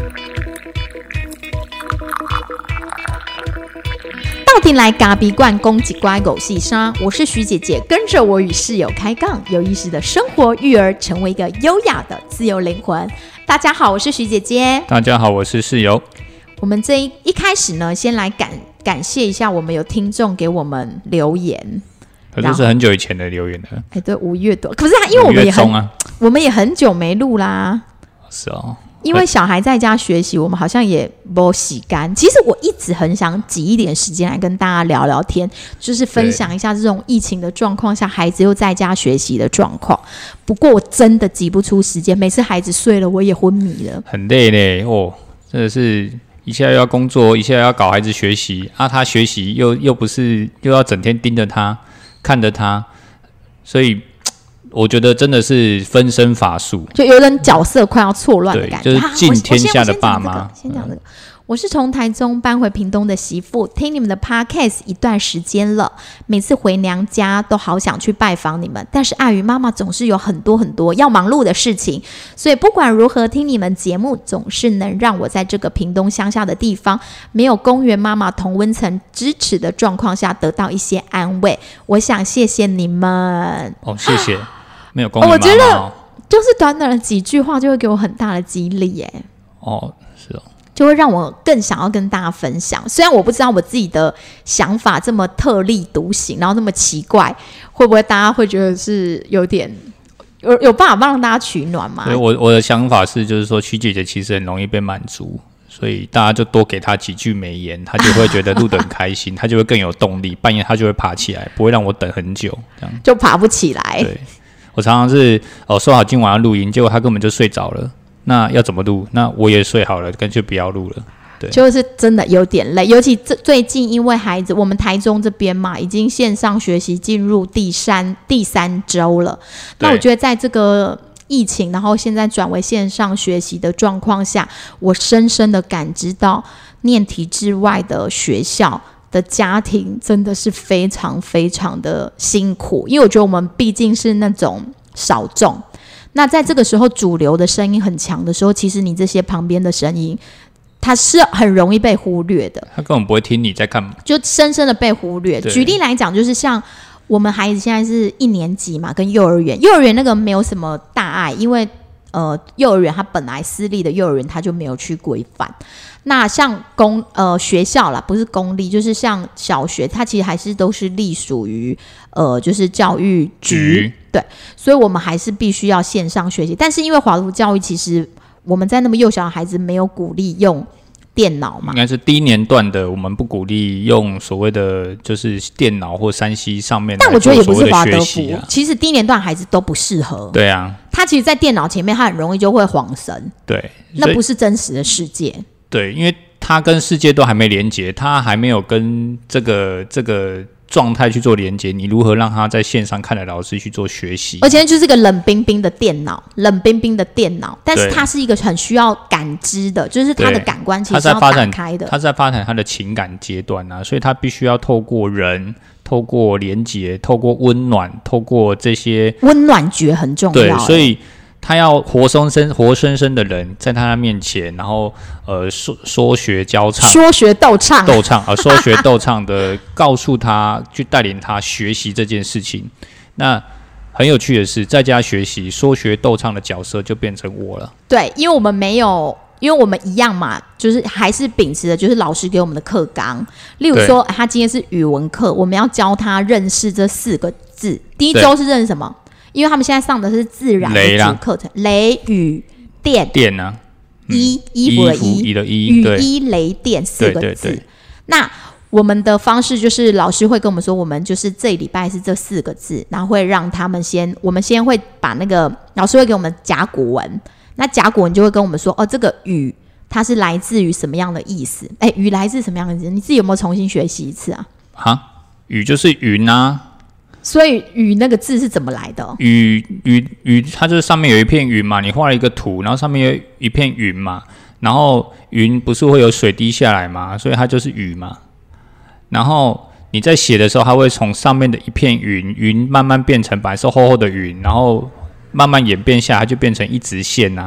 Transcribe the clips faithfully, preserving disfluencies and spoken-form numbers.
到底来咖比罐攻击乖狗细沙，我是徐姐姐，跟着我与室友开杠，有意识的生活育儿，成为一个优雅的自由灵魂。大家好，我是徐姐姐。 大家好，我是室友。 我们这 一, 一开始呢，先来 感, 感谢一下我们有听众给我们留言， 可是是很久以前的留言了。 哎，对，五月多，可是因为我们也很、啊、我们也很久没录啦。 是哦。 因为小孩在家学习，我们好像也没洗干。其实我一直很想挤一点时间来跟大家聊聊天，就是分享一下这种疫情的状况下，孩子又在家学习的状况。不过我真的挤不出时间，每次孩子睡了，我也昏迷了， 很累嘞哦，真的是一下又要工作，一下又要搞孩子学习啊，他学习又又不是又要整天盯着他，看着他，所以。我觉得真的是分身乏术， 就有点角色快要错乱的感觉， 就是尽天下的爸妈。 先讲这个，我是从台中搬回屏东的媳妇，听你们的 podcast 一段时间了，每次回娘家都好想去拜访你们，但是碍于妈妈总是有很多很多要忙碌的事情，所以不管如何听你们节目，总是能让我在这个屏东乡下的地方，没有公园妈妈同温层支持的状况下，得到一些安慰。我想谢谢你们。 哦，谢谢。没有公园妈妈、哦、 我觉得就是短短的几句话就会给我很大的激励耶。 哦，是哦， 就会让我更想要跟大家分享。虽然我不知道我自己的想法这么特立独行，然后那么奇怪，会不会大家会觉得是有点有有办法帮大家取暖吗？ 我我的想法是，就是说曲姐姐其实很容易被满足。所以大家就多给他几句美言，他就会觉得录得很开心，他就会更有动力，半夜他就会爬起来，不会让我等很久，这样就爬不起来。 对，我常常是哦说好今晚要录音，结果他根本就睡着了，那要怎么录？那我也睡好了，干脆不要录了。对， 就是真的有点累，尤其最近因为孩子，我们台中这边嘛，已经线上学习进入第三第三周了。那我觉得在这个疫情，然后现在转为线上学习的状况下，我深深的感知到念体制外的学校的家庭真的是非常非常的辛苦，因为我觉得我们毕竟是那种少众，那在这个时候主流的声音很强的时候，其实你这些旁边的声音它是很容易被忽略的， 他根本不会听你在干嘛， 就深深的被忽略。举例来讲，就是像我们孩子现在是一年级嘛，跟幼儿园，幼儿园那个没有什么大碍，因为呃幼儿园它本来私立的幼儿园它就没有去规范。那像公呃学校啦，不是公立，就是像小学，它其实还是都是隶属于呃就是教育局，对，所以我们还是必须要线上学习。但是因为华图教育，其实我们在那么幼小的孩子没有鼓励用电脑嘛， 应该是低年段的，我们不鼓励用所谓的就是电脑或三 C 上面来做所谓的学习、啊。但我觉得也不是华德福， 其实低年段孩子都不适合。 对啊， 他其实，在电脑前面，他很容易就会晃神。 对， 那不是真实的世界。 对，因为他跟世界都还没连结，他还没有跟这个这个状态去做连结，你如何让他在线上看着老师去做学习？ 而且就是个冷冰冰的电脑，冷冰冰的电脑，但是它是一个很需要感知的，就是他的感官其实是要打开的。 他在发展他的情感阶段啊，所以他必须要透过人、透过连结、透过温暖、透过这些温暖觉很重要。 对，所以他要活生生、活生生的人在他面前，然后呃说说学教唱、 说学逗唱、 逗唱啊、呃，说学逗唱的告诉他，去带领他学习这件事情。那很有趣的是，在家学习说学逗唱的角色就变成我了。 对，因为我们没有。因为我们一样嘛，就是还是秉持的就是老师给我们的课纲，例如说他今天是语文课，我们要教他认识这四个字。第一周是认识什么？因为他们现在上的是自然的主课程，雷雨电电啊， 衣衣服的衣， 衣的衣， 雨衣雷电四个字。对对对，那我们的方式就是老师会跟我们说，我们就是这礼拜是这四个字，然后会让他们先，我们先会把那个老师会给我们甲骨文。那甲骨文就会跟我们说，哦，这个雨它是来自于什么样的意思？哎，雨来自什么样的意思？你自己有没有重新学习一次啊？ 哈，雨就是云啊。 所以雨那个字是怎么来的？ 雨雨雨，它就是上面有一片云嘛，你画了一个图，然后上面有一片云嘛，然后云不是会有水滴下来嘛，所以它就是雨嘛。然后你在写的时候，它会从上面的一片云，云慢慢变成本来是厚厚的云，然后慢慢演变下来，它就变成一直线啊。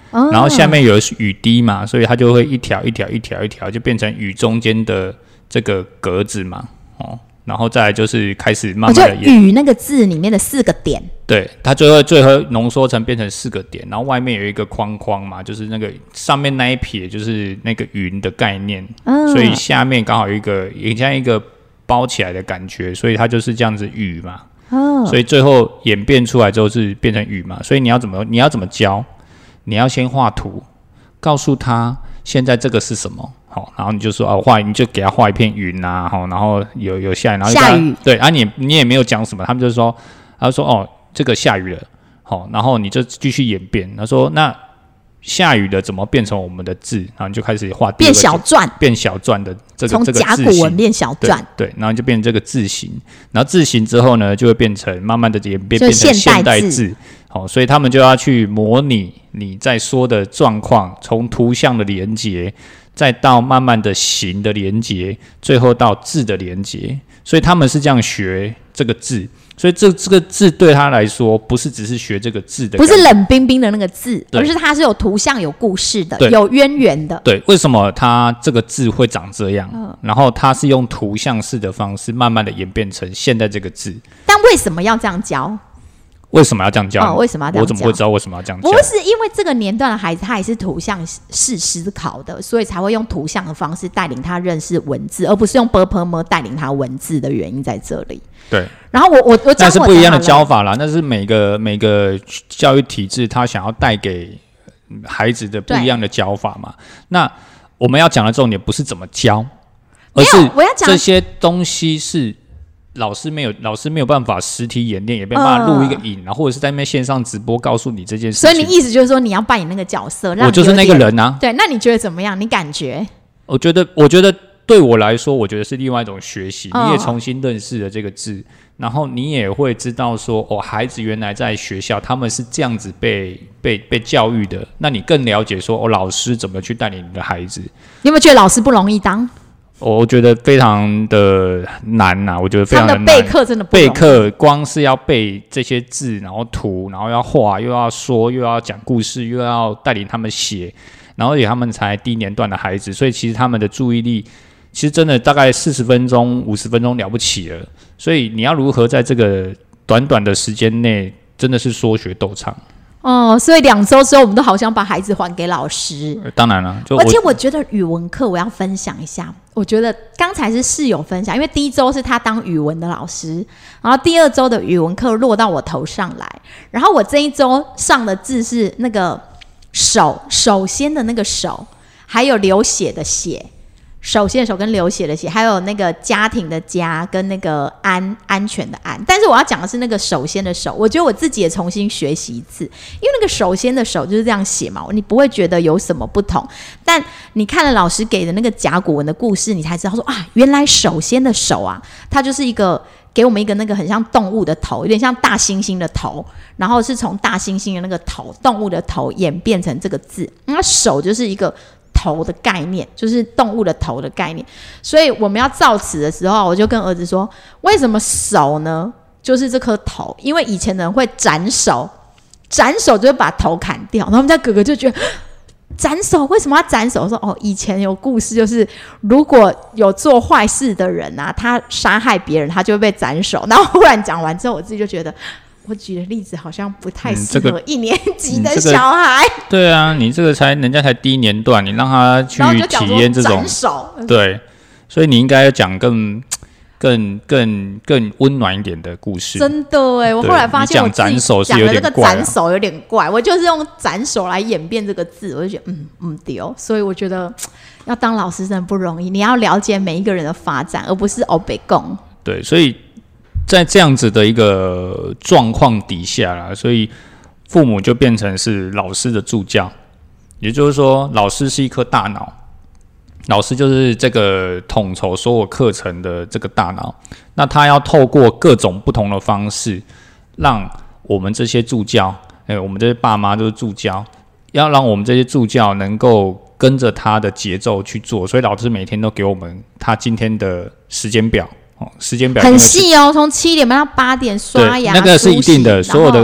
哦、然后下面有雨滴嘛，所以它就会一条一条一条一条，就变成雨中间的这个格子嘛，哦，然后再来就是开始慢慢的演， 就雨那个字里面的四个点， 对，它最后最后浓缩成变成四个点，然后外面有一个框框嘛，就是那个上面那一撇就是那个云的概念，嗯、所以下面刚好有一个也像一个包起来的感觉，所以它就是这样子雨嘛。哦、所以最后演变出来之后是变成雨嘛，所以你要怎么你要怎么教？你要先画图，告诉他现在这个是什么，好，然后你就说哦，画你就给他画一片云啊，好，然后有有下雨，然后下雨， 对啊你，你你也没有讲什么，他们就说，他就说哦，这个下雨了，好，然后你就继续演变，他说那下雨的怎么变成我们的字，然后你就开始画变小篆， 变小篆的这个从这个甲骨文变小篆， 对，对，然后就变成这个字形，然后字形之后呢，就会变成慢慢的演变变成现代字，好，所以他们就要去模拟你在说的状况，从图像的连结，再到慢慢的形的连结，最后到字的连结，所以他们是这样学这个字。所以这这个字对他来说，不是只是学这个字的， 不是冷冰冰的那个字，而是它是有图像、有故事的，有渊源的。 对，为什么它这个字会长这样？嗯、然后它是用图像式的方式，慢慢的演变成现在这个字。 但为什么要这样教？ 为什么要这样教？ 哦、为什么要这样教？ 我怎么会知道为什么要这样教？ 不是因为这个年段的孩子他也是图像式思考的，所以才会用图像的方式带领他认识文字，而不是用 b p m 带领他文字的原因在这里。 对， 然后我我我那是不一样的教法啦，那是每个每个教育体制他想要带给孩子的不一样的教法嘛。那我们要讲的重点不是怎么教，而是这些东西是老师没有老师没有办法实体演练，也没办法录一个影，然、呃、后或者是在那边线上直播告诉你这件事情。 所以你意思就是说你要扮演那个角色，让我就是那个人啊。 对，那你觉得怎么样？你感觉？ 我觉得，我觉得。对我来说，我觉得是另外一种学习。你也重新认识了这个字，哦、然后你也会知道说，哦，孩子原来在学校他们是这样子被被被教育的。那你更了解说，哦，老师怎么去带领你的孩子？ 你有没有觉得老师不容易当？ 我觉得非常的难呐、啊，我觉得非常的难。 他们的备课真的不容易。 备课光是要背这些字，然后图，然后要画，又要说，又要讲故事，又要带领他们写，然后也他们才低年段的孩子，所以其实他们的注意力。其实真的大概四十分钟、五十分钟了不起了，所以你要如何在这个短短的时间内，真的是说学逗唱哦。所以两周之后，我们都好想把孩子还给老师。 当然了，就而且我觉得语文课我要分享一下。我觉得刚才是室友分享，因为第一周是他当语文的老师，然后第二周的语文课落到我头上来，然后我这一周上的字是那个手，首先的那个手，还有流血的血。手先的手跟流血的血，还有那个家庭的家跟那个安安全的安，但是我要讲的是那个首先的手，我觉得我自己也重新学习一次，因为那个首先的手就是这样写嘛，你不会觉得有什么不同，但你看了老师给的那个甲骨文的故事，你才知道说啊，原来首先的手啊，它就是一个给我们一个那个很像动物的头，有点像大猩猩的头，然后是从大猩猩的那个头动物的头演变成这个字，那手就是一个头的概念，就是动物的头的概念，所以我们要造词的时候，我就跟儿子说，为什么手呢？就是这颗头，因为以前的人会斩首，斩首就是把头砍掉，然后我们家哥哥就觉得斩首为什么要斩首？我说哦，以前有故事，就是如果有做坏事的人啊，他杀害别人，他就会被斩首。然后忽然讲完之后，我自己就觉得。我举的例子好像不太适合一年级的小孩、嗯这个。 对啊，你这个才人家才低年段，你让他去体验这种，对，所以你应该要讲更、更、更、更温暖一点的故事。 真的哎，我后来发现我讲斩首是有点怪、啊，讲的这个斩首有点怪，我就是用斩首来演变这个字，我就觉得嗯嗯对哦，所以我觉得要当老师真的不容易，你要了解每一个人的发展，而不是欧北共。 对，所以。在这样子的一个状况底下啦，所以父母就变成是老师的助教，也就是说，老师是一颗大脑，老师就是这个统筹所有课程的这个大脑。那他要透过各种不同的方式，让我们这些助教，哎，我们这些爸妈都是助教，要让我们这些助教能够跟着他的节奏去做。所以老师每天都给我们他今天的时间表。时间表很细哦，从七点半到八点刷牙， 那个是一定的，所有的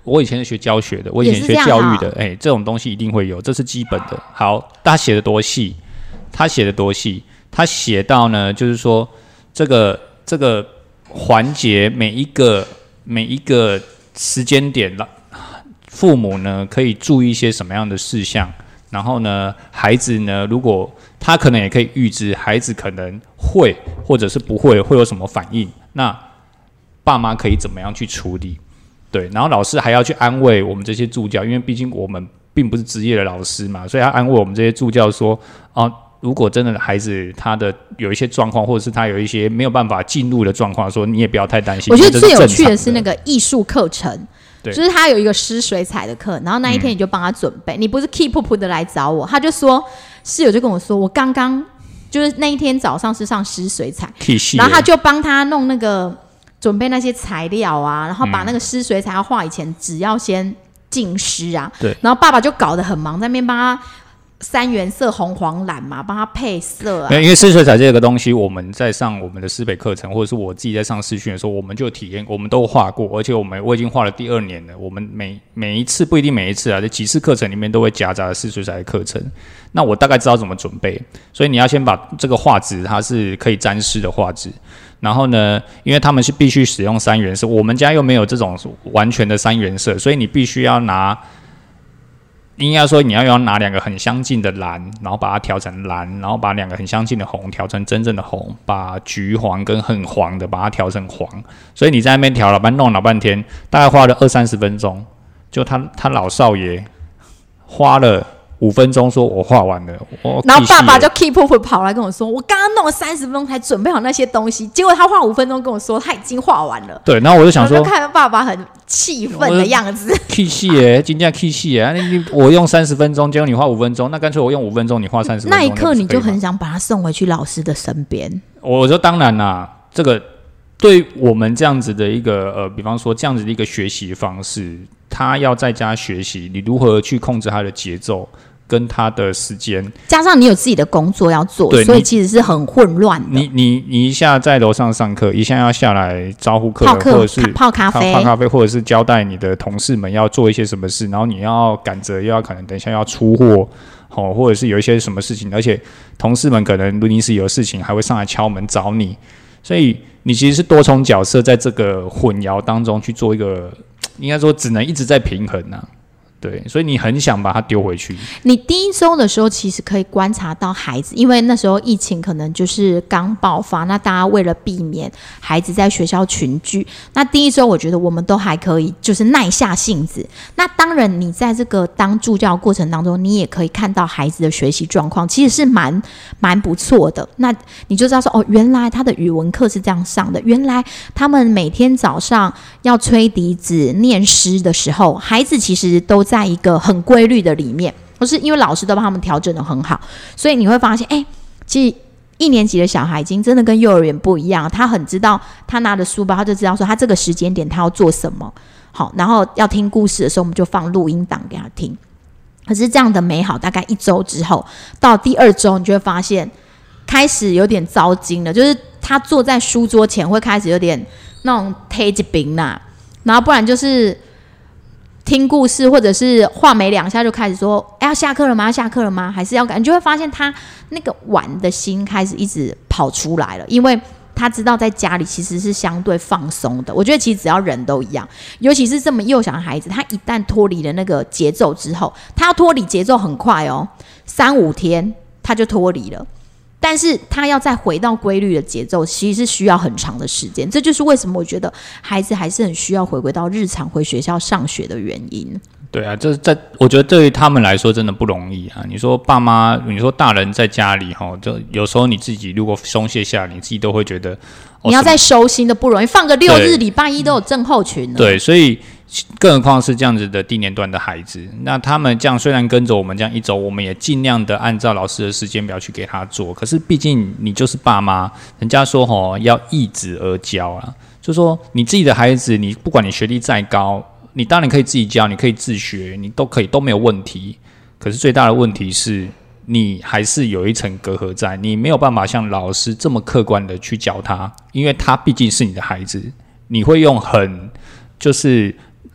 我以前是学教学的，我以前学教育的，哎、欸，这种东西一定会有，这是基本的。好，他写的多细，他写的多细，他写到呢，就是说这个这个环节每一个每一个时间点，父母呢可以注意一些什么样的事项，然后呢，孩子呢，如果他可能也可以预知孩子可能会或者是不会会有什么反应，那爸妈可以怎么样去处理？对，然后老师还要去安慰我们这些助教，因为毕竟我们并不是职业的老师嘛，所以他安慰我们这些助教说：哦、啊，如果真的孩子他的有一些状况，或者是他有一些没有办法进入的状况，说你也不要太担心。 我觉得最有趣的是那个艺术课程。 就是他有一个湿水彩的课，然后那一天你就帮他准备、嗯、你不是 keep up 的来找我，他就说室友就跟我说我刚刚就是那一天早上是上湿水彩，然后他就帮他弄那个准备那些材料啊，然后把那个湿水彩要画以前纸要先浸湿啊， 对， 然后爸爸就搞得很忙，在那边帮他三原色红黄蓝嘛，帮他配色啊。 因为湿水彩这个东西，我们在上我们的师北课程，或者是我自己在上视讯的时候，我们就体验，我们都画过，而且我们我已经画了第二年了。我们每每一次不一定每一次啊，这几次课程里面都会夹杂湿水彩的课程。那我大概知道怎么准备，所以你要先把这个画纸，它是可以沾湿的画纸。然后呢，因为他们是必须使用三原色，我们家又没有这种完全的三原色，所以你必须要拿。应该说，你要要拿两个很相近的蓝，然后把它调成蓝，然后把两个很相近的红调成真正的红，把橘黄跟很黄的把它调成黄。所以你在那边调老半弄老半天，大概花了二三十分钟。就他他老少爷花了五分钟，说我画完了。 然后爸爸就 keep up 跑来跟我说，我刚刚弄了三十分钟才准备好那些东西，结果他花五分钟跟我说他已经画完了。 对，然后我就想说， 我就看到爸爸很气愤的样子， 气死耶，真的气死耶！我用三十分钟，结果你花五分钟，那干脆我用五分钟，你花三十分钟。 那一刻你就很想把他送回去老师的身边。 我说当然啦，这个对我们这样子的一个呃，比方说这样子的一个学习方式，他要在家学习，你如何去控制他的节奏？跟他的时间， 加上你有自己的工作要做，所以其实是很混乱的。 你你你一下在楼上上课，一下要下来招呼客人， 或者是泡咖啡、 泡咖啡，或者是交代你的同事们要做一些什么事，然后你要赶着，又要可能等一下要出货，哦，或者是有一些什么事情，而且同事们可能临时有事情，还会上来敲门找你，所以你其实是多重角色在这个混淆当中去做一个，应该说只能一直在平衡啊。对，所以你很想把它丢回去。 你第一周的时候，其实可以观察到孩子，因为那时候疫情可能就是刚爆发，那大家为了避免孩子在学校群聚，那第一周我觉得我们都还可以，就是耐下性子。那当然，你在这个当助教的过程当中，你也可以看到孩子的学习状况，其实是蛮蛮不错的。那你就知道说，哦，原来他的语文课是这样上的，原来他们每天早上要吹笛子、念诗的时候，孩子其实都在在一个很规律的里面，不是因为老师都帮他们调整得很好，所以你会发现，哎、欸，其实一年级的小孩已经真的跟幼儿园不一样，他很知道，他拿着书包，他就知道说他这个时间点他要做什么。好，然后要听故事的时候，我们就放录音档给他听。可是这样的美好，大概一周之后，到第二周，你就会发现开始有点糟心了，就是他坐在书桌前会开始有点那种推着饼啦，然后不然就是。听故事，或者是话没两下就开始说：“哎，要下课了吗？要下课了吗？”还是要赶？你就会发现他那个玩的心开始一直跑出来了，因为他知道在家里其实是相对放松的。我觉得其实只要人都一样，尤其是这么幼小的孩子，他一旦脱离了那个节奏之后，他要脱离节奏很快哦，三五天他就脱离了。但是他要再回到规律的节奏，其实是需要很长的时间。这就是为什么我觉得孩子还是很需要回归到日常回学校上学的原因。对啊，这在我觉得对于他们来说真的不容易啊。你说爸妈，你说大人在家里哈，就有时候你自己如果松懈下来，你自己都会觉得、哦、 你要再收心的不容易，放个六日礼拜一都有症候群了。 对，所以。更何况是这样子的低年段的孩子，那他们这样虽然跟着我们这样一周，我们也尽量的按照老师的时间表去给他做。可是毕竟你就是爸妈，人家说吼要易子而教啊，就说你自己的孩子，你不管你学历再高，你当然可以自己教，你可以自学，你都可以都没有问题。可是最大的问题是，你还是有一层隔阂在，你没有办法像老师这么客观的去教他，因为他毕竟是你的孩子，你会用很就是。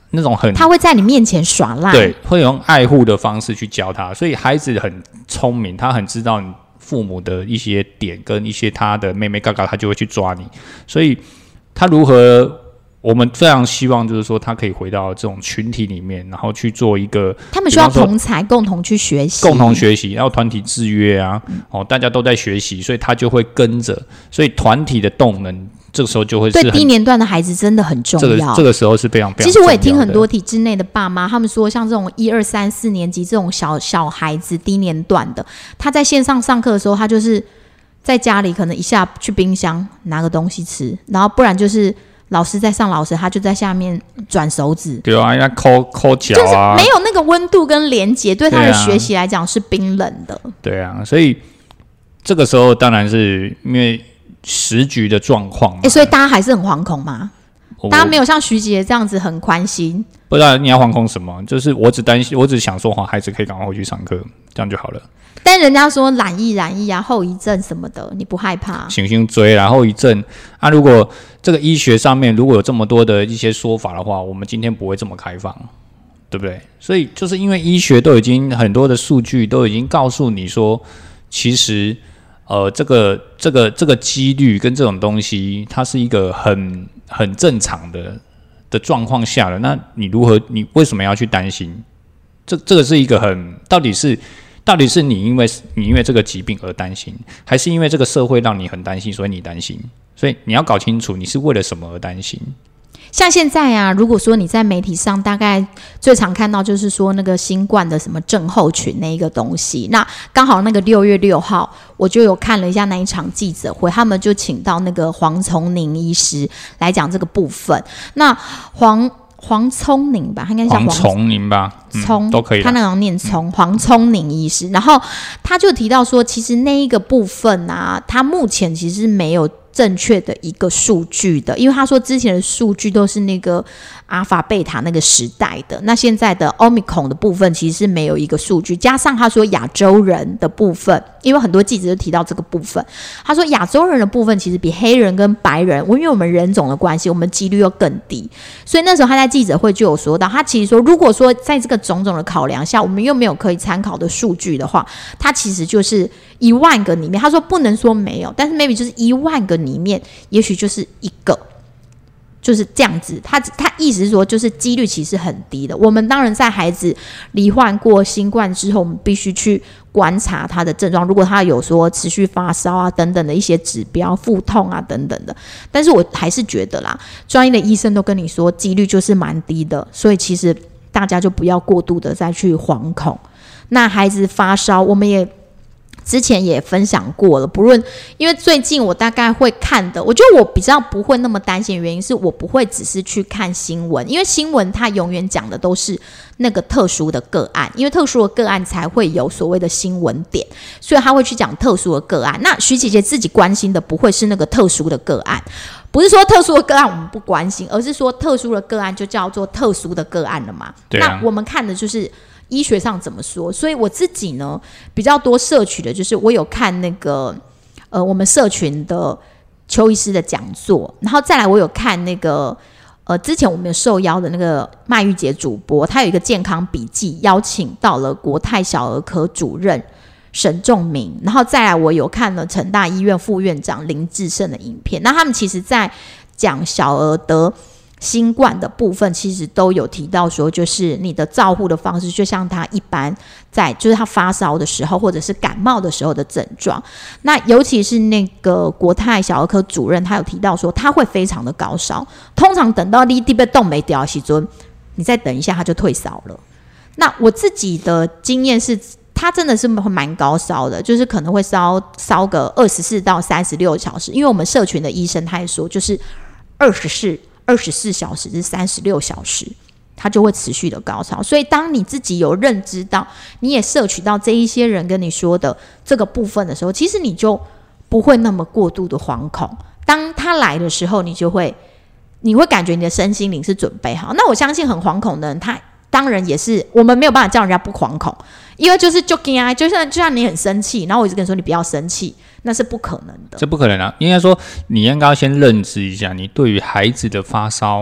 那种很， 他会在你面前耍赖， 对，会用爱护的方式去教他，所以孩子很聪明，他很知道你父母的一些点跟一些他的妹妹嘎嘎，他就会去抓你，所以他如何？我们非常希望，就是说，他可以回到这种群体里面，然后去做一个， 他们需要同才共同去学习， 共同学习，然后团体制约啊，嗯、哦，大家都在学习，所以他就会跟着，所以团体的动能，这个时候就会是对低年段的孩子真的很重要。 这个这个时候是非常非常重要的。 其实我也听很多体制内的爸妈，他们说，像这种一二三四年级这种小小孩子低年段的，他在线上上课的时候，他就是在家里可能一下去冰箱拿个东西吃，然后不然就是。老师在上老师，他就在下面转手指， 对啊，要抠抠脚啊， 就是没有那个温度跟连结，对他的学习来讲是冰冷的。 对啊，所以这个时候当然是因为时局的状况， 哎、欸，所以大家还是很惶恐吗？大家没有像徐姐这样子很宽心。 不知道你要惶恐什么？就是我只担心，我只想说，孩子可以赶快回去上课，这样就好了。 但人家说染疫、染疫啊，后遗症什么的，你不害怕？ 行行追，然后遗症啊，如果这个医学上面如果有这么多的一些说法的话，我们今天不会这么开放，对不对？所以就是因为医学都已经很多的数据都已经告诉你说，其实呃，这个这个这个几率跟这种东西，它是一个很很正常的的状况下了。那你如何？你为什么要去担心？这这个是一个很到底是。到底是你因为你因为这个疾病而担心，还是因为这个社会让你很担心，所以你担心？所以你要搞清楚你是为了什么而担心。 像现在啊，如果说你在媒体上大概最常看到就是说那个新冠的什么症候群那一个东西，那刚好那个六月六号我就有看了一下那一场记者会，他们就请到那个黄聪宁医师来讲这个部分。那黄黄聪宁吧，他应该叫黄聪宁吧， 聪、 嗯、都可以， 他那个念聪、嗯，黄聪宁医师。然后他就提到说，其实那一个部分啊，他目前其实没有正确的一个数据的，因为他说之前的数据都是那个阿尔法贝塔那个时代的，那现在的 Omicron 的部分其实是没有一个数据，加上他说亚洲人的部分，因为很多记者就提到这个部分，他说亚洲人的部分其实比黑人跟白人，因为我们人种的关系，我们几率又更低，所以那时候他在记者会就有说到，他其实说如果说在这个种种的考量下，我们又没有可以参考的数据的话，他其实就是一万个里面，他说不能说没有，但是 maybe 就是一万个里面也许就是一个，就是这样子。他他意思是说，就是几率其实很低的。我们当然在孩子罹患过新冠之后，我们必须去观察他的症状，如果他有说持续发烧啊等等的一些指标，腹痛啊等等的。但是我还是觉得啦，专业的医生都跟你说几率就是蛮低的，所以其实大家就不要过度的再去惶恐。那孩子发烧，我们也之前也分享过了，不论因为最近我大概会看的，我觉得我比较不会那么担心的原因是我不会只是去看新闻，因为新闻它永远讲的都是那个特殊的个案，因为特殊的个案才会有所谓的新闻点，所以他会去讲特殊的个案。那徐姐姐自己关心的不会是那个特殊的个案，不是说特殊的个案我们不关心，而是说特殊的个案就叫做特殊的个案了嘛。 对啊， 那我们看的就是医学上怎么说，所以我自己呢比较多摄取的就是我有看那个呃我们社群的邱医师的讲座，然后再来我有看那个呃之前我们有受邀的那个麦玉杰主播，他有一个健康笔记，邀请到了国泰小儿科主任沈仲明，然后再来我有看了成大医院副院长林志胜的影片，那他们其实在讲小儿得新冠的部分其实都有提到说，就是你的照护的方式就像他一般在就是他发烧的时候或者是感冒的时候的症状。那尤其是那个国泰小儿科主任他有提到说他会非常的高烧，通常等到你被冻没掉的时候你再等一下他就退烧了。那我自己的经验是他真的是蛮高烧的，就是可能会烧烧个二十四到三十六小时，因为我们社群的医生他也说就是二十四二十四小时至三十六小时它就会持续的高潮。所以当你自己有认知到你也摄取到这一些人跟你说的这个部分的时候，其实你就不会那么过度的惶恐，当他来的时候你就会你会感觉你的身心灵是准备好。那我相信很惶恐的人他当然也是我们没有办法叫人家不惶恐，因为就是就怕就像就像你很生气，然后我一直跟你说你不要生气，那是不可能的， 这不可能啊！应该说你应该要先认知一下，你对于孩子的发烧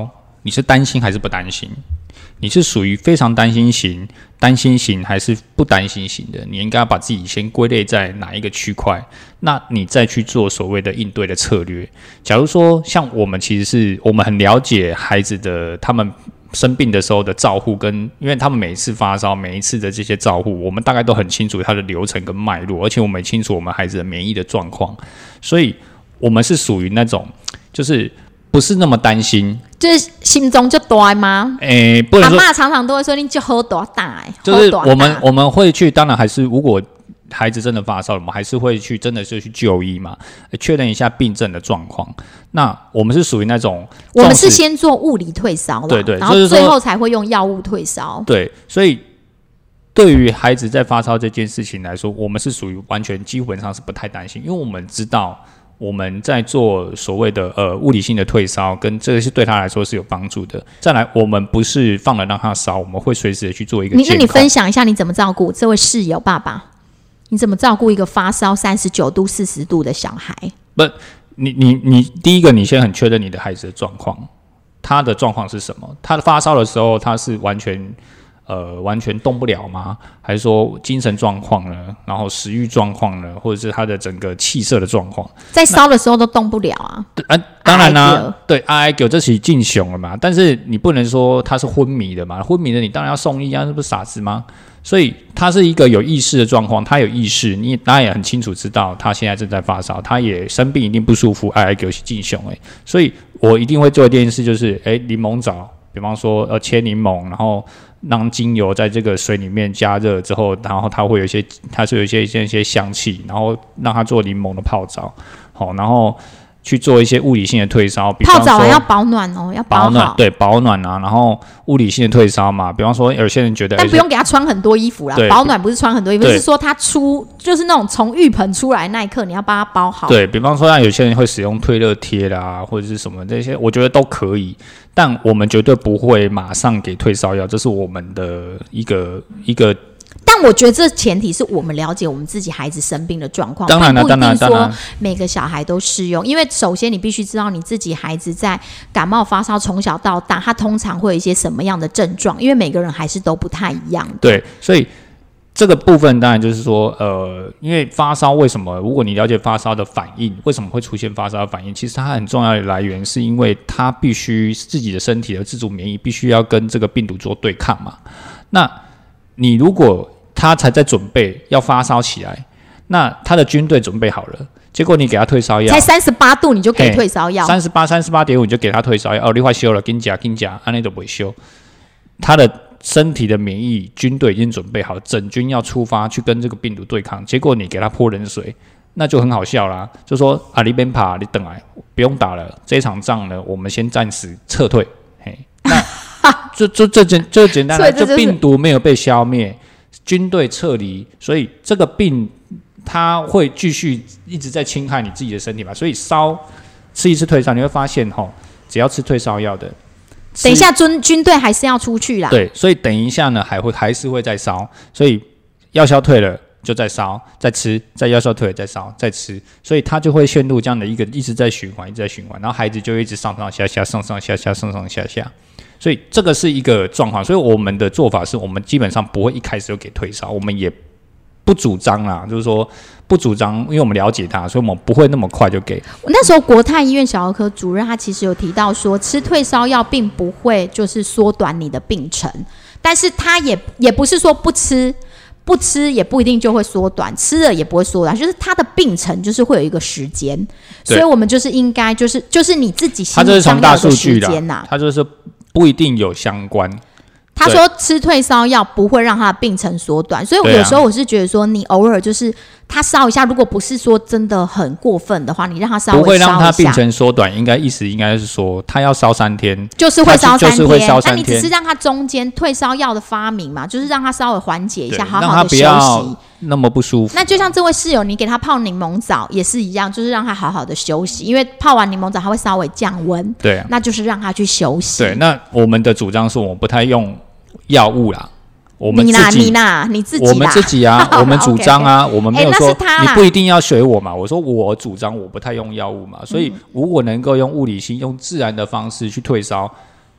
你是担心还是不担心？你是属于非常担心型、担心型还是不担心型的？你应该要把自己先归类在哪一个区块，那你再去做所谓的应对的策略。假如说像我们其实是我们很了解孩子的他们生病的时候的照护，跟因为他们每一次发烧每一次的这些照护，我们大概都很清楚它的流程跟脉络，而且我们也清楚我们孩子的免疫的状况，所以我们是属于那种就是不是那么担心， 就是心中就大吗？ 诶、欸，不能说。 阿嬷常常都会说你就好大大， 就是我们我们会去，当然还是如果孩子真的发烧了，我们还是会去，真的是去就医嘛，确认一下病症的状况。那我们是属于那种， 我们是先做物理退烧了， 对对， 然后最后才会用药物退烧。 对，所以对于孩子在发烧这件事情来说，我们是属于完全基本上是不太担心，因为我们知道。我们在做所谓的呃物理性的退烧，跟这个是对他来说是有帮助的。再来，我们不是放了让他烧，我们会随时的去做一个监控。 你那你分享一下你怎么照顾这位室友爸爸？你怎么照顾一个发烧三十九度、四十度的小孩？ 不，你你你第一个，你先很确认你的孩子的状况，他的状况是什么？他的发烧的时候，他是完全。呃，完全动不了吗？还是说精神状况呢？然后食欲状况呢？或者是他的整个气色的状况？ 在烧的时候都动不了啊！ 啊，当然啦、啊，对 ，I I Q 这是进雄了嘛？但是你不能说他是昏迷的嘛？昏迷的你当然要送医啊，这不是傻子吗？所以他是一个有意识的状况，他有意识，你当然也很清楚知道他现在正在发烧，他也生病一定不舒服 ，I I Q 是进雄哎，所以我一定会做一件事，就是哎，柠檬枣，比方说呃切柠檬，然后。让精油在这个水里面加热之后，然后它会有一些，它是有一些一些一些香气，然后让它做柠檬的泡澡，好，然后去做一些物理性的退烧，比方说泡澡要保暖哦，要保保暖，对，保暖啊，然后物理性的退烧嘛，比方说有些人觉得， 但不用给他穿很多衣服啦，保暖不是穿很多衣服，是说他出就是那种从浴盆出来那一刻，你要帮他包好。 对，比方说，像有些人会使用退热贴啦，或者是什么这些，我觉得都可以。但我们绝对不会马上给退烧药，这是我们的一个一个。 但我觉得这前提是我们了解我们自己孩子生病的状况， 当然了， 不一定说当然， 每个小孩都适用。因为首先你必须知道你自己孩子在感冒发烧从小到大，他通常会有一些什么样的症状，因为每个人还是都不太一样的。 对，所以。这个部分当然就是说，呃，因为发烧为什么？如果你了解发烧的反应，为什么会出现发烧的反应？其实它很重要的来源是因为它必须自己的身体的自主免疫必须要跟这个病毒做对抗嘛。那你如果他才在准备要发烧起来，那他的军队准备好了，结果你给他退烧药， 才三十八度你就给退烧药， 三十八、三十八点五你就给他退烧药，哦，你快休了，跟你讲，跟你讲，安内都不会休，他的。身体的免疫军队已经准备好，整军要出发去跟这个病毒对抗，结果你给他泼冷水，那就很好笑啦。就说啊，你别怕，你等来不用打了，这场仗呢，我们先暂时撤退。嘿，那就就这简就简单了，就病毒没有被消灭，军队撤离，所以这个病它会继续一直在侵害你自己的身体嘛。所以烧吃一次退烧，你会发现吼，只要吃退烧药的。 等一下军军队还是要出去啦。 对，所以等一下呢，还会还是会再烧，所以药效退了就再烧，再吃，再药效退了再烧，再吃，所以它就会陷入这样的一个一直在循环，一直在循环，然后孩子就一直上上下下，上上下下，上上下下，所以这个是一个状况。所以我们的做法是我们基本上不会一开始就给退烧，我们也不主张啦，就是说不主张，因为我们了解他，所以我们不会那么快就给。 那时候国泰医院小儿科主任他其实有提到说，吃退烧药并不会就是缩短你的病程，但是他也也不是说不吃，不吃也不一定就会缩短，吃了也不会缩短，就是他的病程就是会有一个时间，所以我们就是应该就是就是你自己心里想要的时间呐， 他就是不一定有相关。 他说吃退烧药不会让他的病程缩短，所以有时候我是觉得说，你偶尔就是他烧一下，如果不是说真的很过分的话，你让他稍微烧一下， 不会让他病程缩短。应该意思应该是说，他要烧三天， 就是会烧三天， 就是会烧三天。 那你只是让他中间退烧药的发明嘛，就是让他稍微缓解一下，好好的休息。 那么不舒服。 那就像这位室友，你给他泡柠檬澡也是一样，就是让他好好的休息，因为泡完柠檬澡他会稍微降温， 对、啊， 那就是让他去休息。 对，那我们的主张是我们不太用药物啦，我们自己，你啦， 你啦，你自己啦， 我们自己啊，我们主张啊， okay, okay. 我们没有说、欸、你不一定要学我嘛。我说我主张我不太用药物嘛，所以如果能够用物理性、用自然的方式去退烧，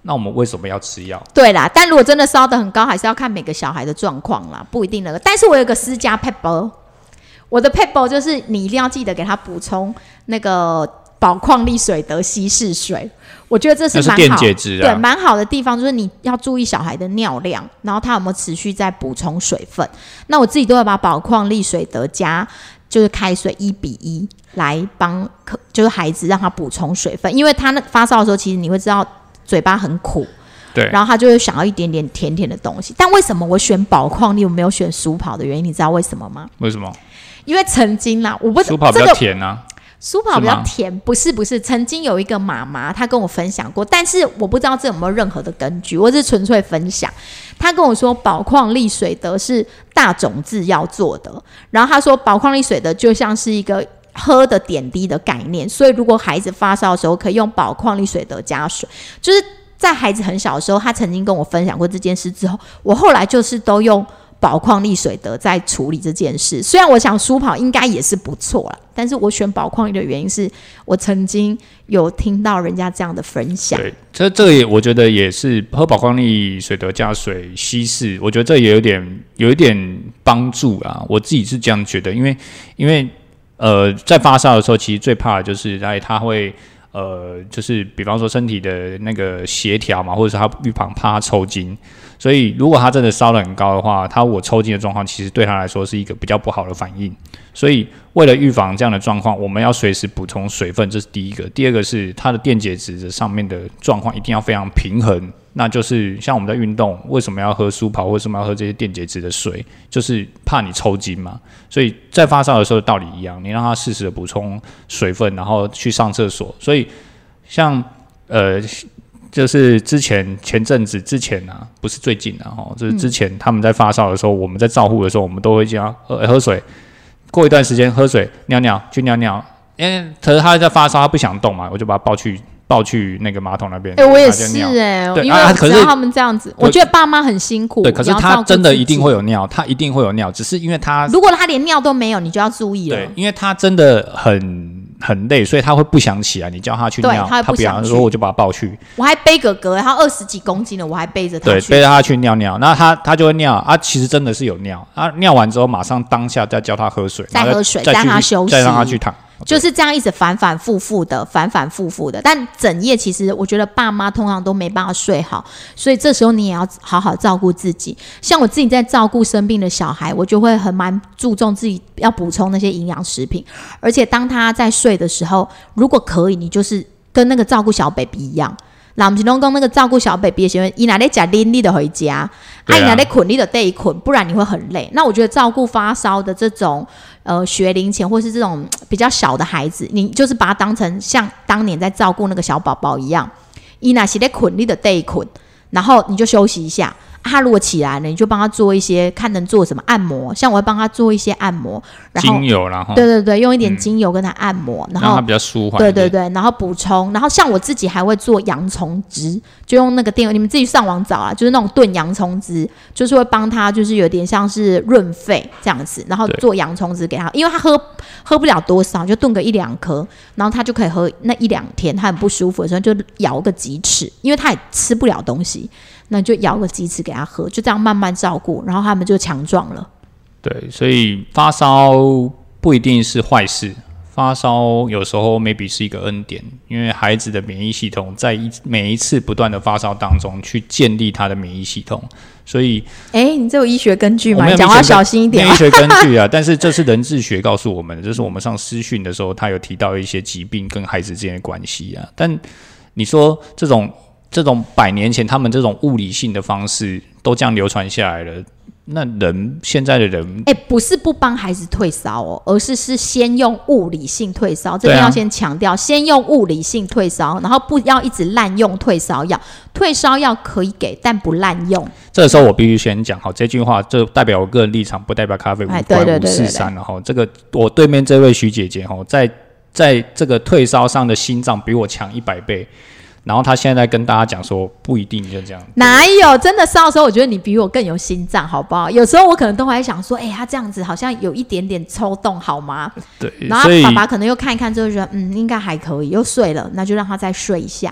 那我们为什么要吃药？ 对啦，但如果真的烧得很高，还是要看每个小孩的状况啦，不一定那个。但是我有个私家 pebble， 我的 pebble 就是你一定要记得给他补充那个宝矿力水得稀释水，我觉得这是蛮好， 电解质啊， 对，蛮好的地方就是你要注意小孩的尿量，然后他有没有持续在补充水分。那我自己都会把宝矿力水得加就是开水一比一来帮，就是孩子让他补充水分，因为他那发烧的时候，其实你会知道嘴巴很苦， 对， 然后他就会想要一点点甜甜的东西。但为什么我选宝矿力我没有选舒跑的原因，你知道为什么吗？ 为什么？ 因为曾经啦，我不舒跑比较甜啊。 舒跑比较甜，不是不是，曾经有一个妈妈她跟我分享过，但是我不知道这有没有任何的根据，我是纯粹分享。她跟我说宝矿力水得是大种子要做的，然后她说宝矿力水得就像是一个喝的点滴的概念，所以如果孩子发烧的时候可以用宝矿力水得加水，就是在孩子很小的时候，她曾经跟我分享过这件事之后，我后来就是都用宝矿力水得在处理这件事。虽然我想舒跑应该也是不错啦，但是我选宝矿力的原因是我曾经有听到人家这样的分享。 对，这这个也我觉得也是喝宝矿力水得加水稀释，我觉得这也有点有一点帮助啊。我自己是这样觉得，因为因为呃在发烧的时候，其实最怕的就是在他会。呃，就是比方说身体的那个协调嘛，或者是他预防怕他抽筋，所以如果他真的烧得很高的话，他我抽筋的状况其实对他来说是一个比较不好的反应。所以为了预防这样的状况，我们要随时补充水分，这是第一个。第二个是它的电解质的上面的状况一定要非常平衡。那就是像我们在运动，为什么要喝舒跑，为什么要喝这些电解质的水，就是怕你抽筋嘛。所以在发烧的时候道理一样，你让他适时的补充水分，然后去上厕所。所以像呃，就是之前前阵子之前啊，不是最近啊，就是之前他们在发烧的时候，我们在照护的时候，我们都会这样喝喝水，过一段时间喝水，尿尿去尿尿，因为可是他在发烧，他不想动嘛，我就把他抱去。抱去那个马桶那边， 哎、欸，我也是哎、欸，因为我知道他们这样子，我觉得爸妈很辛苦。 对，可是他真的一定会有尿，他一定会有尿，只是因为他如果他连尿都没有，你就要注意了。 对，因为他真的很很累，所以他会不想起来。你叫他去尿， 他不想，说我就把他抱去。 我还背哥哥，他二十几公斤了，我还背着他去， 对，背着他去尿尿，那他他就会尿啊，其实真的是有尿啊，尿完之后马上当下再叫他喝水， 再喝水，再让他休息， 再让他去躺。 就是这样一直反反复复的反反复复的，但整夜其实我觉得爸妈通常都没办法睡好，所以这时候你也要好好照顾自己。像我自己在照顾生病的小孩，我就会很蛮注重自己要补充那些营养食品，而且当他在睡的时候，如果可以，你就是跟那个照顾小 baby 一样。那我们形容讲那个照顾小 baby 的时候，伊哪在吃奶你就回家，啊伊哪在困你就得困，不然你会很累。那我觉得照顾发烧的这种呃学龄前或是这种比较小的孩子，你就是把它当成像当年在照顾那个小宝宝一样，伊哪是在困你就得困，然后你就休息一下。他如果起来了，你就帮他做一些看能做什么按摩，像我会帮他做一些按摩，然后精油啦， 对对对，用一点精油跟他按摩，嗯、然后让他比较舒缓， 对对对，然后补充，然后像我自己还会做洋葱汁，就用那个电，你们自己上网找啦，就是那种炖洋葱汁，就是会帮他，就是有点像是润肺这样子，然后做洋葱汁给他，因为他喝喝不了多少，就炖个一两颗，然后他就可以喝那一两天，他很不舒服的时候就咬个几齿，因为他也吃不了东西。那就咬个鸡翅给他喝，就这样慢慢照顾，然后他们就强壮了。 对，所以发烧不一定是坏事，发烧有时候 maybe 是一个恩典，因为孩子的免疫系统在一每一次不断的发烧当中去建立他的免疫系统，所以， 哎，你这有医学根据吗？你讲话小心一点、啊。 没有医学根据啊，但是这是人智学告诉我们的，这是我们上师训的时候，他有提到一些疾病跟孩子之间的关系啊。但你说这种。这种百年前他们这种物理性的方式都这样流传下来了，那人现在的人， 哎、欸，不是不帮孩子退烧哦，而是是先用物理性退烧，这边要先强调，先用物理性退烧，然后不要一直滥用退烧药。退烧药可以给，但不滥用。 这个时候我必须先讲好这句话，这代表我个人立场，不代表咖啡无怪五四三。然后这个我对面这位徐姐姐哈，在在这个退烧上的心脏比我强一百倍。然后他现在跟大家讲说，不一定就这样。 哪有真的烧的时候，我觉得你比我更有心脏，好不好？有时候我可能都还想说，哎、欸，他这样子好像有一点点抽动，好吗？ 对。 然后爸爸可能又看一看之后觉得，嗯，应该还可以，又睡了，那就让他再睡一下。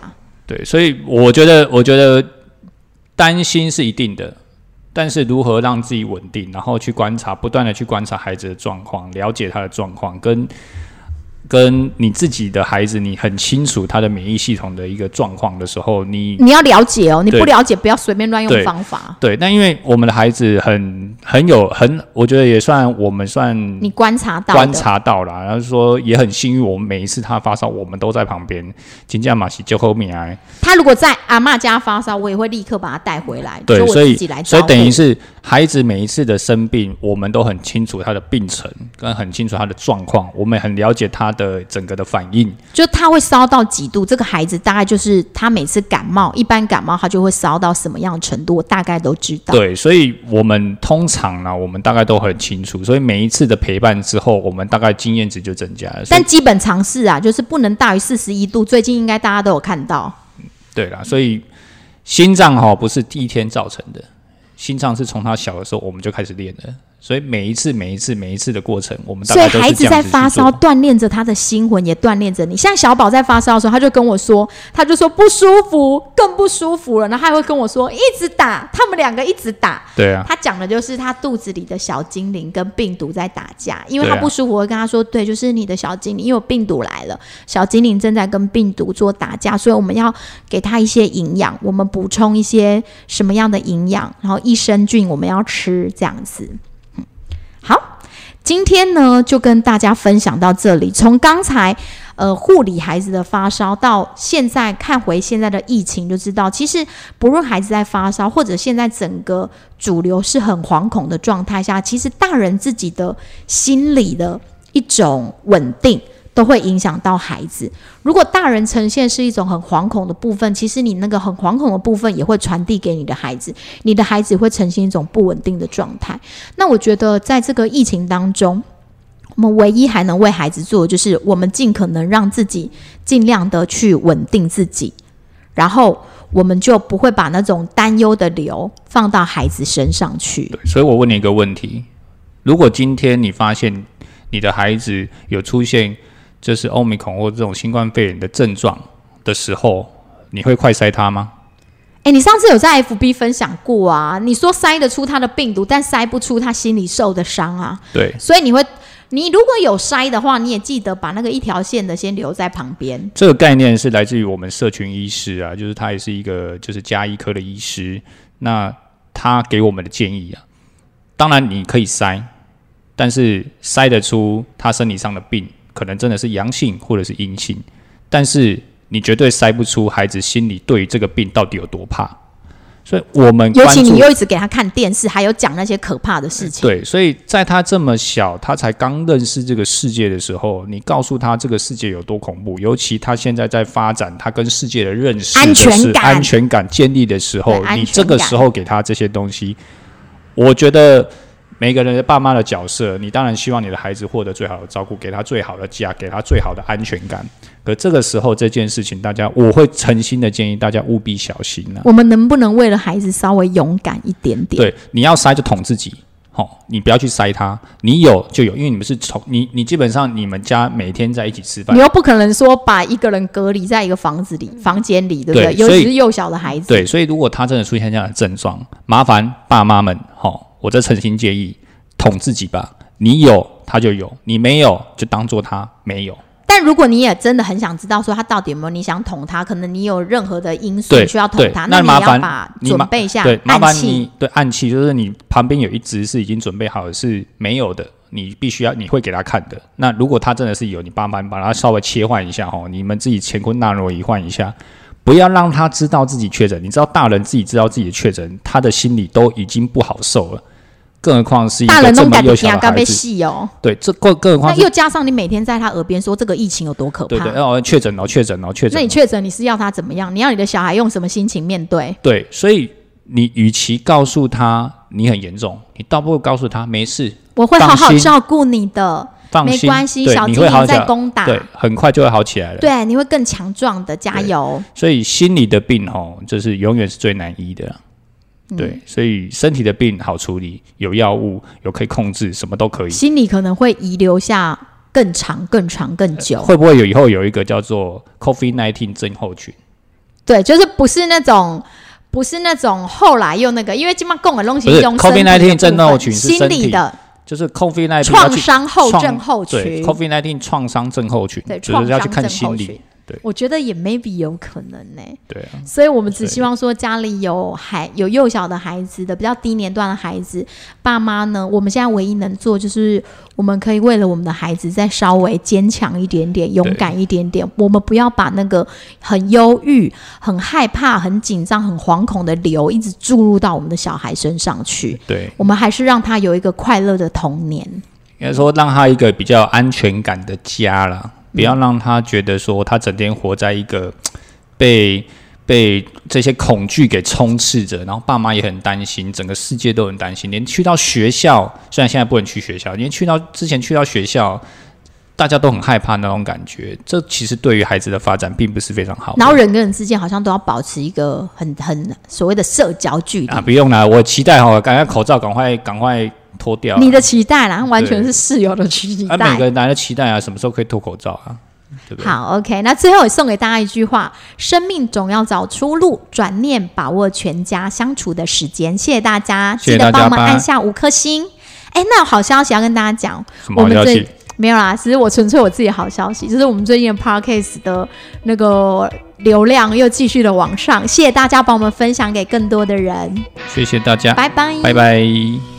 对，所以我觉得，我觉得担心是一定的，但是如何让自己稳定，然后去观察，不断的去观察孩子的状况，了解他的状况，跟跟你自己的孩子，你很清楚他的免疫系统的一个状况的时候，你你要了解哦，你不了解不要随便乱用方法。 对，但因为我们的孩子很很有很，我觉得也算我们算你观察到观察到啦，然后说也很幸运，我们每一次他发烧，我们都在旁边，真的嘛是就后面啊。 他如果在阿嬷家发烧，我也会立刻把他带回来， 对， 就我自己来照顾。 所以所以等于是孩子每一次的生病，我们都很清楚他的病程，跟很清楚他的状况，我们很了解他的整个的反应。 就他会烧到几度，这个孩子大概就是他每次感冒，一般感冒他就会烧到什么样的程度，我大概都知道。 对，所以我们通常呢，我们大概都很清楚，所以每一次的陪伴之后，我们大概经验值就增加了。 但基本常识啊，就是不能大于四十一度，最近应该大家都有看到。 对啦，所以心脏哈不是第一天造成的，心脏是从他小的时候我们就开始练的，所以每一次每一次每一次的过程，我们大概都是这样子去做。 所以孩子在发烧，锻炼着他的心魂，也锻炼着你。像小宝在发烧的时候，他就跟我说，他就说不舒服，更不舒服了，然后他还会跟我说一直打，他们两个一直打。 对啊， 他讲的就是他肚子里的小精灵跟病毒在打架，因为他不舒服，我会跟他说，对，就是你的小精灵，因为有病毒来了，小精灵正在跟病毒做打架，所以我们要给他一些营养，我们补充一些什么样的营养，然后益生菌我们要吃，这样子。嗯，好，今天呢就跟大家分享到这里。从刚才呃护理孩子的发烧，到现在看回现在的疫情，就知道其实不论孩子在发烧，或者现在整个主流是很惶恐的状态下，其实大人自己的心理的一种稳定都会影响到孩子。如果大人呈现是一种很惶恐的部分，其实你那个很惶恐的部分也会传递给你的孩子，你的孩子会呈现一种不稳定的状态。那我觉得在这个疫情当中，我们唯一还能为孩子做的，就是我们尽可能让自己尽量的去稳定自己，然后我们就不会把那种担忧的流放到孩子身上去。 对，所以我问你一个问题，如果今天你发现你的孩子有出现就是 Omicron 或这种新冠肺炎的症状的时候，你会快筛他吗？ 欸，你上次有在 F B 分享过啊，你说筛得出他的病毒，但筛不出他心里受的伤啊。 对， 所以你会，你如果有筛的话，你也记得把那个一条线的先留在旁边。 这个概念是来自于我们社群医师啊，就是他也是一个就是家医科的医师，那他给我们的建议啊，当然你可以筛，但是筛得出他身体上的病，可能真的是阳性或者是阴性，但是你绝对筛不出孩子心里对于这个病到底有多怕。所以我们尤其你又一直给他看电视，还有讲那些可怕的事情。 对，所以在他这么小，他才刚认识这个世界的时候，你告诉他这个世界有多恐怖，尤其他现在在发展他跟世界的认识的安全感、 安全感建立的时候，你这个时候给他这些东西，我觉得每个人的爸妈的角色，你当然希望你的孩子获得最好的照顾，给他最好的家，给他最好的安全感。可这个时候这件事情，大家我会诚心的建议大家务必小心啊。 我们能不能为了孩子稍微勇敢一点点？ 对，你要筛就捅自己，哦，你不要去筛他，你有就有，因为你们是从你你基本上你们家每天在一起吃饭， 你又不可能说把一个人隔离在一个房子里、房间里，对不对？尤其是幼小的孩子。 对，所以如果他真的出现这样的症状，麻烦爸妈们，哦，我这诚心建议，捅自己吧。你有他就有，你没有就当做他没有。 但如果你也真的很想知道说他到底有没有你想捅他，可能你有任何的因素需要捅他，那你也要把准备一下对暗器。 对，暗器就是你旁边有一支是已经准备好的，是没有的，你必须要你会给他看的。那如果他真的是有，你帮忙把他稍微切换一下齁，你们自己乾坤纳挪移换一下，不要让他知道自己确诊。你知道大人自己知道自己的确诊，他的心里都已经不好受了。更何况是一个这么幼小的孩子， 哦、 对，这更更何况那又加上你每天在他耳边说这个疫情有多可怕， 对对，哦，确诊哦，确诊哦，确诊。 那你确诊，你是要他怎么样？你要你的小孩用什么心情面对？ 对，所以你与其告诉他你很严重，你倒不如告诉他没事， 我会好好照顾你的， 放心， 没关系，小精灵在攻打， 对，很快就会好起来了。 对，你会更强壮的，加油。 所以心理的病哦，就是永远是最难医的。对、嗯，所以身体的病好处理，有药物，有可以控制，什么都可以。 心理可能会遗留下更长、更长、更久。 会不会有以后有一个叫做 COVID 十九 症候群？ 对，就是不是那种。不是那种后来又那个，因为今麦讲的东西用 COVID 十九 症候群是心理的， 就是 COVID 十九创伤后症候群， 对 COVID 十九 创伤症候群， 对， 就是要去看心理。对， 我觉得也 maybe 有可能呢、欸。 对啊， 所以我们只希望说家里有孩有幼小的孩子的比较低年段的孩子，爸妈呢，我们现在唯一能做就是我们可以为了我们的孩子再稍微坚强一点点，勇敢一点点。我们不要把那个很忧郁、很害怕、很紧张、很惶恐的流一直注入到我们的小孩身上去。 对， 我们还是让他有一个快乐的童年。 应该说让他一个比较安全感的家啦。不要让他觉得说他整天活在一个被被这些恐惧给充斥着，然后爸妈也很担心，整个世界都很担心。连去到学校，虽然现在不能去学校，连去到之前去到学校，大家都很害怕那种感觉。这其实对于孩子的发展并不是非常好。 然后人跟人之间好像都要保持一个很很所谓的社交距离啊，不用啦，我期待哈，赶快口罩赶快赶快。脱掉你的期待啦，完全是室友的期待。 啊，每个人来的期待啊，什么时候可以脱口罩啊？对不对？ 好 ，OK， 那最后也送给大家一句话：生命总要找出路，转念把握全家相处的时间。谢谢大家， 谢谢大家记得帮我们按下五颗星。哎，那有好消息要跟大家讲， 什么好消息？ 没有啦，其实我纯粹我自己的好消息，就是我们最近的 Podcast 的那个流量又继续的往上，谢谢大家帮我们分享给更多的人。 谢谢大家， 拜拜， 拜拜。